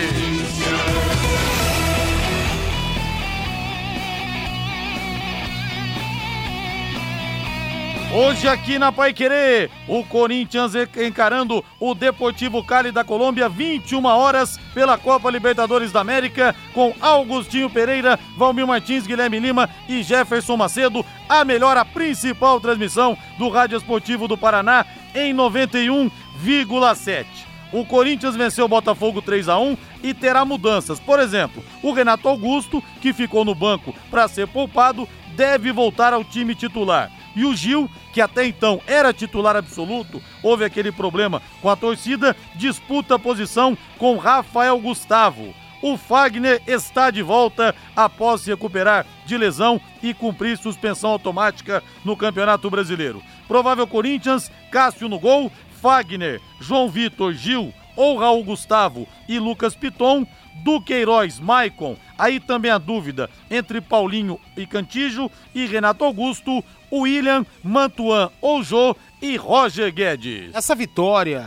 Hoje aqui na Paiquerê, o Corinthians encarando o Deportivo Cali da Colômbia, 21 horas pela Copa Libertadores da América, com Augustinho Pereira, Valmir Martins, Guilherme Lima e Jefferson Macedo. A principal transmissão do Rádio Esportivo do Paraná em 91,7. O Corinthians venceu o Botafogo 3-1 e terá mudanças. Por exemplo, o Renato Augusto, que ficou no banco para ser poupado, deve voltar ao time titular. E o Gil, que até então era titular absoluto, houve aquele problema com a torcida, disputa a posição com Rafael Gustavo. O Fagner está de volta após se recuperar de lesão e cumprir suspensão automática no Campeonato Brasileiro. Provável Corinthians, Cássio no gol, Fagner, João Vitor, Gil, ou Raul Gustavo e Lucas Piton, Duqueiroz, Maicon, aí também a dúvida entre Paulinho e Cantijo e Renato Augusto, William, Mantuan ou Jô e Roger Guedes. Essa vitória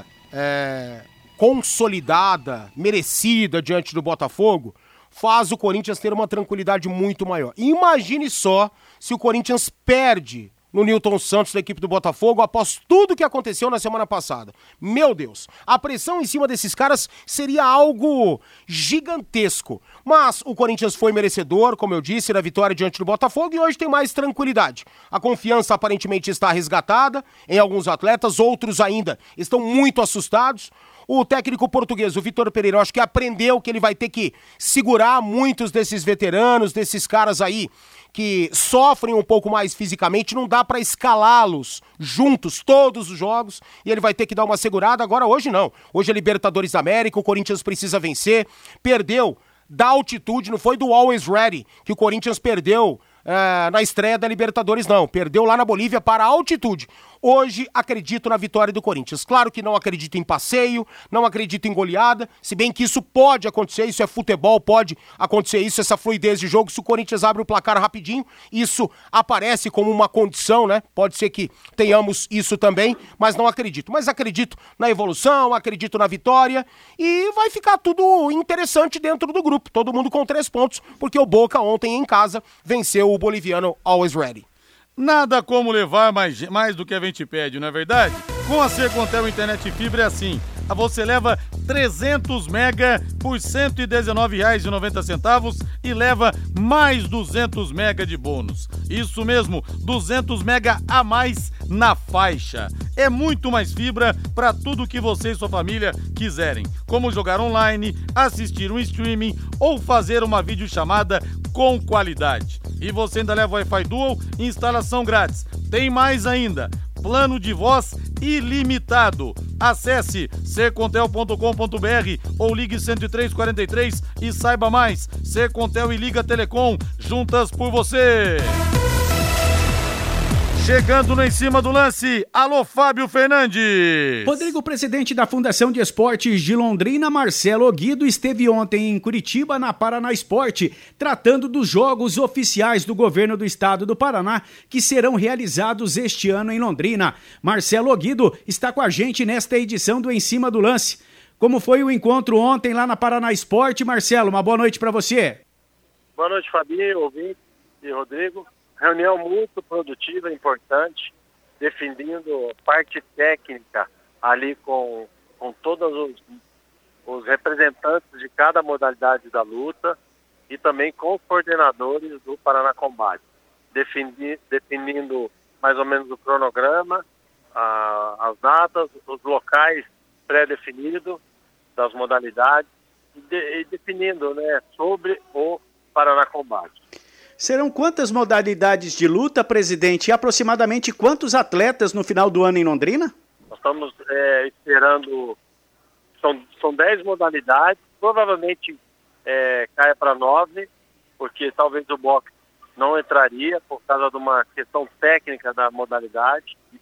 consolidada, merecida diante do Botafogo, faz o Corinthians ter uma tranquilidade muito maior. Imagine só se o Corinthians perde no Nilton Santos da equipe do Botafogo após tudo que aconteceu na semana passada. Meu Deus, a pressão em cima desses caras seria algo gigantesco. Mas o Corinthians foi merecedor, como eu disse, da vitória diante do Botafogo e hoje tem mais tranquilidade. A confiança aparentemente está resgatada em alguns atletas, outros ainda estão muito assustados. O técnico português, o Vitor Pereira, acho que aprendeu que ele vai ter que segurar muitos desses veteranos, desses caras aí que sofrem um pouco mais fisicamente, não dá pra escalá-los juntos todos os jogos e ele vai ter que dar uma segurada. Agora hoje não, hoje é Libertadores da América, o Corinthians precisa vencer, perdeu da altitude, não foi do Always Ready que o Corinthians perdeu na estreia da Libertadores, não. Perdeu lá na Bolívia para a altitude. Hoje acredito na vitória do Corinthians. Claro que não acredito em passeio, não acredito em goleada, se bem que isso pode acontecer, isso é futebol, pode acontecer isso, essa fluidez de jogo. Se o Corinthians abre o placar rapidinho, isso aparece como uma condição, né? Pode ser que tenhamos isso também, mas não acredito. Mas acredito na evolução, acredito na vitória e vai ficar tudo interessante dentro do grupo. Todo mundo com 3 pontos, porque o Boca ontem em casa venceu o boliviano Always Ready. Nada como levar mais do que a gente pede, não é verdade? Com a Secontel Internet Fibra é assim. Você leva 300 mega por R$ 119,90 e leva mais 200 mega de bônus. Isso mesmo, 200 mega a mais na faixa. É muito mais fibra para tudo que você e sua família quiserem, como jogar online, assistir um streaming ou fazer uma videochamada com qualidade. E você ainda leva Wi-Fi Dual e instalação grátis. Tem mais ainda, plano de voz ilimitado. Acesse secontel.com.br ou ligue 10343 e saiba mais. Secontel e Liga Telecom, juntas por você. Chegando no Em Cima do Lance, alô Fábio Fernandes. Rodrigo, presidente da Fundação de Esportes de Londrina, Marcelo Guido, esteve ontem em Curitiba, na Paraná Esporte, tratando dos jogos oficiais do governo do estado do Paraná, que serão realizados este ano em Londrina. Marcelo Guido está com a gente nesta edição do Em Cima do Lance. Como foi o encontro ontem lá na Paraná Esporte, Marcelo? Uma boa noite para você. Boa noite, Fabinho, ouvinte e Rodrigo. Reunião muito produtiva, importante, definindo parte técnica ali com todos os representantes de cada modalidade da luta e também com os coordenadores do Paraná Combate, definindo mais ou menos o cronograma, as datas, os locais pré-definidos das modalidades e definindo, né, sobre o Paraná Combate. Serão quantas modalidades de luta, presidente, e aproximadamente quantos atletas no final do ano em Londrina? Nós estamos esperando, são 10 modalidades, provavelmente caia para 9, porque talvez o boxe não entraria por causa de uma questão técnica da modalidade, e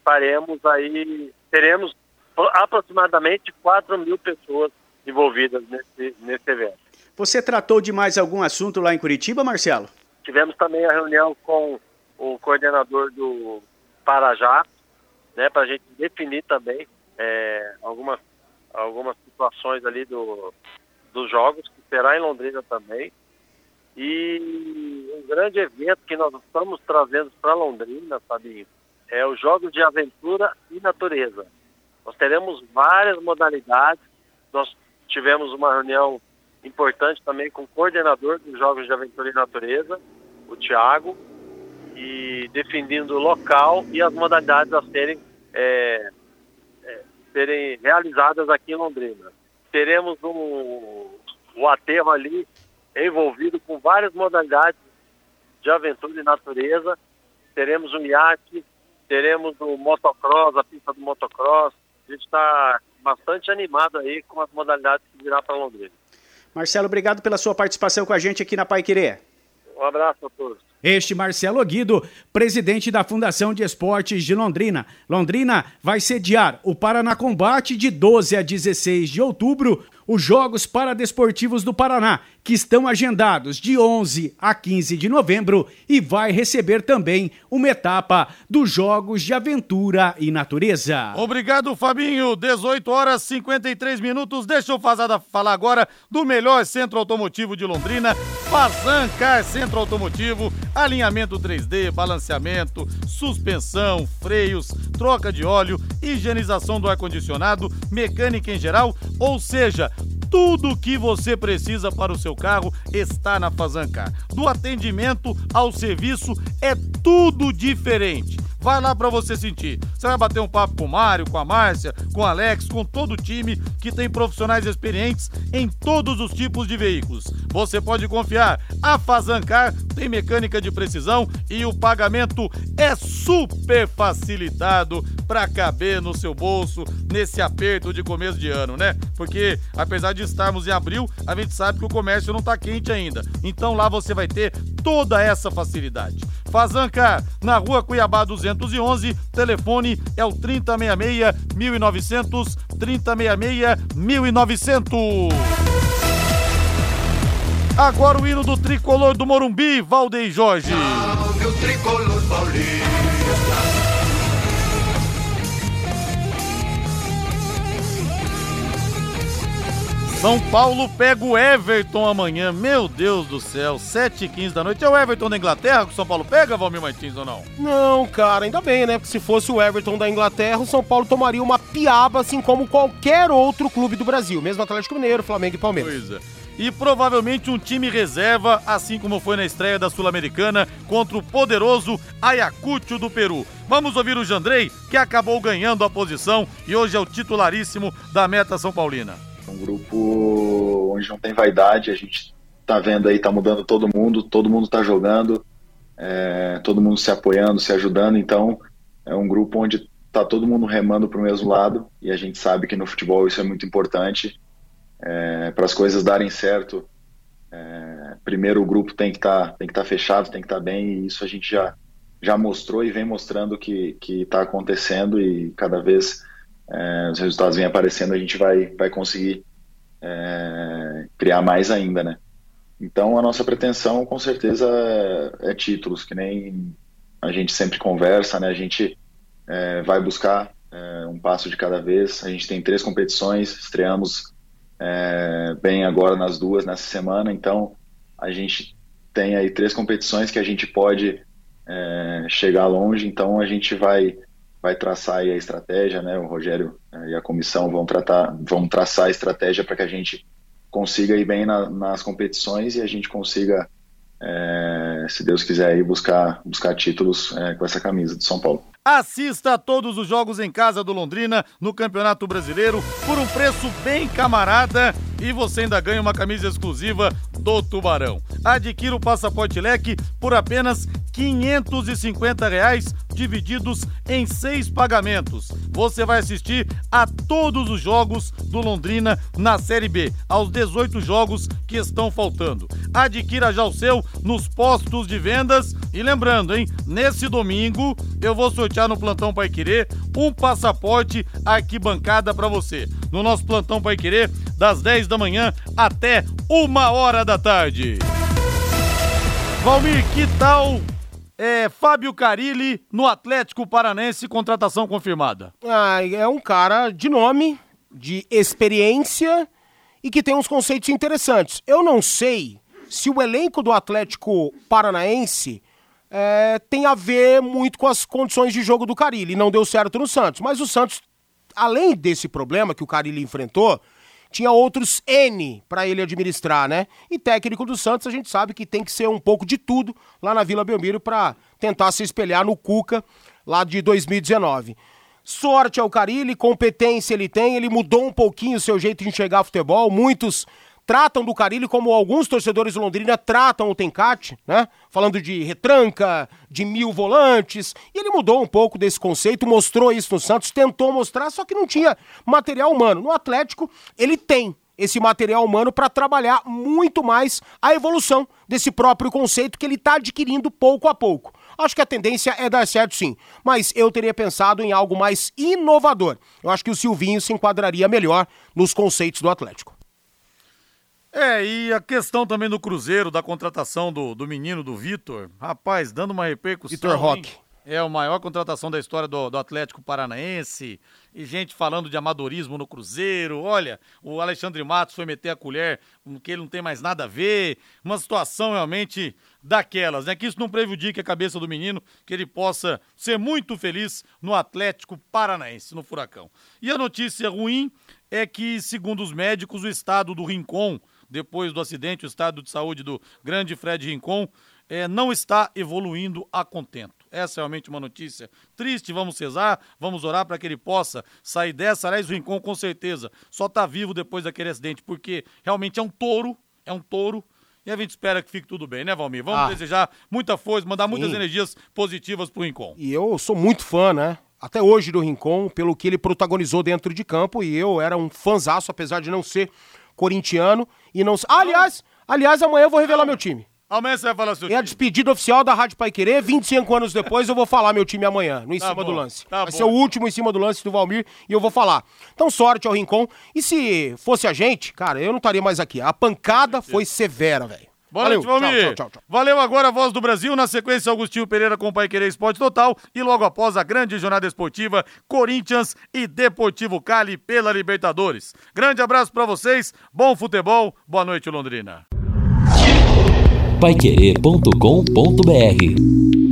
teremos aproximadamente 4.000 pessoas envolvidas nesse evento. Você tratou de mais algum assunto lá em Curitiba, Marcelo? Tivemos também a reunião com o coordenador do Parajá, né, para a gente definir também algumas situações ali dos jogos, que será em Londrina também. E um grande evento que nós estamos trazendo para Londrina, Fabinho, é os Jogos de Aventura e Natureza. Nós teremos várias modalidades. Nós tivemos uma reunião importante também com o coordenador dos Jogos de Aventura e Natureza, o Thiago, e definindo o local e as modalidades a serem realizadas aqui em Londrina. Teremos o aterro ali envolvido com várias modalidades de aventura e natureza. Teremos um iate, teremos o motocross, a pista do motocross. A gente está bastante animado aí com as modalidades que virá para Londrina. Marcelo, obrigado pela sua participação com a gente aqui na Paiquerê. Um abraço a todos. Este Marcelo Guido, presidente da Fundação de Esportes de Londrina. Londrina vai sediar o Paraná Combate de 12 a 16 de outubro, os Jogos Paradesportivos do Paraná, que estão agendados de 11 a 15 de novembro e vai receber também uma etapa dos Jogos de Aventura e Natureza. Obrigado, Fabinho. 18h53. Deixa eu falar agora do melhor centro automotivo de Londrina, Fazan Car Centro Automotivo. Alinhamento 3D, balanceamento, suspensão, freios, troca de óleo, higienização do ar-condicionado, mecânica em geral, ou seja, tudo o que você precisa para o seu carro está na Fazan Car. Do atendimento ao serviço é tudo diferente. Vai lá pra você sentir. Você vai bater um papo com o Mário, com a Márcia, com o Alex, com todo o time que tem profissionais experientes em todos os tipos de veículos. Você pode confiar. A Fazan Car tem mecânica de precisão e o pagamento é super facilitado para caber no seu bolso nesse aperto de começo de ano, né? Porque apesar de estarmos em abril, a gente sabe que o comércio não tá quente ainda. Então lá você vai ter toda essa facilidade. Fazan Car, na Rua Cuiabá 211, telefone é o 3066-1900, 3066-1900. Agora o hino do tricolor do Morumbi, Valdeir Jorge. Salve o tricolor paulista. São Paulo pega o Everton amanhã, meu Deus do céu, 7h15 da noite. É o Everton da Inglaterra que o São Paulo pega, Valmir Martins, ou não? Não, cara, ainda bem, né? Porque se fosse o Everton da Inglaterra, o São Paulo tomaria uma piaba, assim como qualquer outro clube do Brasil, mesmo Atlético Mineiro, Flamengo e Palmeiras. Pois é. E provavelmente um time reserva, assim como foi na estreia da Sul-Americana contra o poderoso Ayacucho do Peru. Vamos ouvir o Jandrei, que acabou ganhando a posição e hoje é o titularíssimo da meta São Paulina. Um grupo onde não tem vaidade, a gente tá vendo aí, tá mudando todo mundo tá jogando, todo mundo se apoiando, se ajudando, então é um grupo onde tá todo mundo remando pro mesmo lado e a gente sabe que no futebol isso é muito importante. Para as coisas darem certo, primeiro o grupo tem que tá fechado, tem que estar bem, e isso a gente já mostrou e vem mostrando que está acontecendo, e cada vez os resultados vêm aparecendo, a gente vai conseguir criar mais ainda, né? Então a nossa pretensão com certeza é títulos, que nem a gente sempre conversa, né? A gente vai buscar um passo de cada vez. A gente tem 3 competições, estreamos bem agora nas 2 nessa semana, então a gente tem aí 3 competições que a gente pode chegar longe, então a gente vai traçar aí a estratégia, né? O Rogério e a comissão vão traçar a estratégia para que a gente consiga ir bem nas competições e a gente consiga, se Deus quiser, aí buscar títulos com essa camisa do São Paulo. Assista a todos os jogos em casa do Londrina no Campeonato Brasileiro por um preço bem camarada e você ainda ganha uma camisa exclusiva do Tubarão. Adquira o Passaporte Leque por apenas R$550 divididos em 6 pagamentos. Você vai assistir a todos os jogos do Londrina na Série B, aos 18 jogos que estão faltando. Adquira já o seu nos postos de vendas e lembrando, hein, nesse domingo eu vou sortear no Plantão Paiquerê um passaporte arquibancada para você. No nosso Plantão Paiquerê, das 10 da manhã até 1h da tarde. Valmir, que tal Fábio Carille no Atlético Paranaense, contratação confirmada? É um cara de nome, de experiência e que tem uns conceitos interessantes. Eu não sei se o elenco do Atlético Paranaense tem a ver muito com as condições de jogo do Carille. Não deu certo no Santos, mas o Santos, além desse problema que o Carille enfrentou, tinha outros N para ele administrar, né? E técnico do Santos, a gente sabe que tem que ser um pouco de tudo lá na Vila Belmiro para tentar se espelhar no Cuca lá de 2019. Sorte ao Carille, competência ele tem, ele mudou um pouquinho o seu jeito de enxergar futebol. Muitos tratam do Carille como alguns torcedores do Londrina tratam o Tencate, né? Falando de retranca, de 1000 volantes. E ele mudou um pouco desse conceito, mostrou isso no Santos, tentou mostrar, só que não tinha material humano. No Atlético, ele tem esse material humano para trabalhar muito mais a evolução desse próprio conceito que ele está adquirindo pouco a pouco. Acho que a tendência é dar certo sim, mas eu teria pensado em algo mais inovador. Eu acho que o Silvinho se enquadraria melhor nos conceitos do Atlético. E a questão também do Cruzeiro, da contratação do menino, do Vitor, rapaz, dando uma repercussão. Vitor Roque. É a maior contratação da história do Atlético Paranaense, e gente falando de amadorismo no Cruzeiro. Olha, o Alexandre Matos foi meter a colher, que ele não tem mais nada a ver, uma situação realmente daquelas, né? Que isso não prejudique a cabeça do menino, que ele possa ser muito feliz no Atlético Paranaense, no Furacão. E a notícia ruim é que, segundo os médicos, o estado do Rincon, depois do acidente, o estado de saúde do grande Fred Rincon, não está evoluindo a contento. Essa é realmente uma notícia triste, vamos rezar, vamos orar para que ele possa sair dessa. Aliás, o Rincon com certeza só está vivo depois daquele acidente, porque realmente é um touro, e a gente espera que fique tudo bem, né, Valmir? Vamos desejar muita força, mandar muitas energias positivas pro Rincon. E eu sou muito fã, né? Até hoje do Rincon, pelo que ele protagonizou dentro de campo, e eu era um fãzaço, apesar de não ser corintiano, e não... Aliás, amanhã eu vou revelar meu time. Amanhã você vai falar seu time. É a despedida oficial da Rádio Paiquerê, 25 anos depois eu vou falar meu time amanhã, no Em Cima do Lance. Vai ser o último Em Cima do Lance do Valmir e eu vou falar. Então sorte ao Rincon. E se fosse a gente, cara, eu não estaria mais aqui. A pancada foi severa, velho. Boa noite, Valmir. Tchau. Valeu agora a Voz do Brasil, na sequência Augustinho Pereira com o Paiquerê Esporte Total e logo após a grande jornada esportiva Corinthians e Deportivo Cali pela Libertadores. Grande abraço pra vocês, bom futebol, boa noite Londrina. Paiquerê.com.br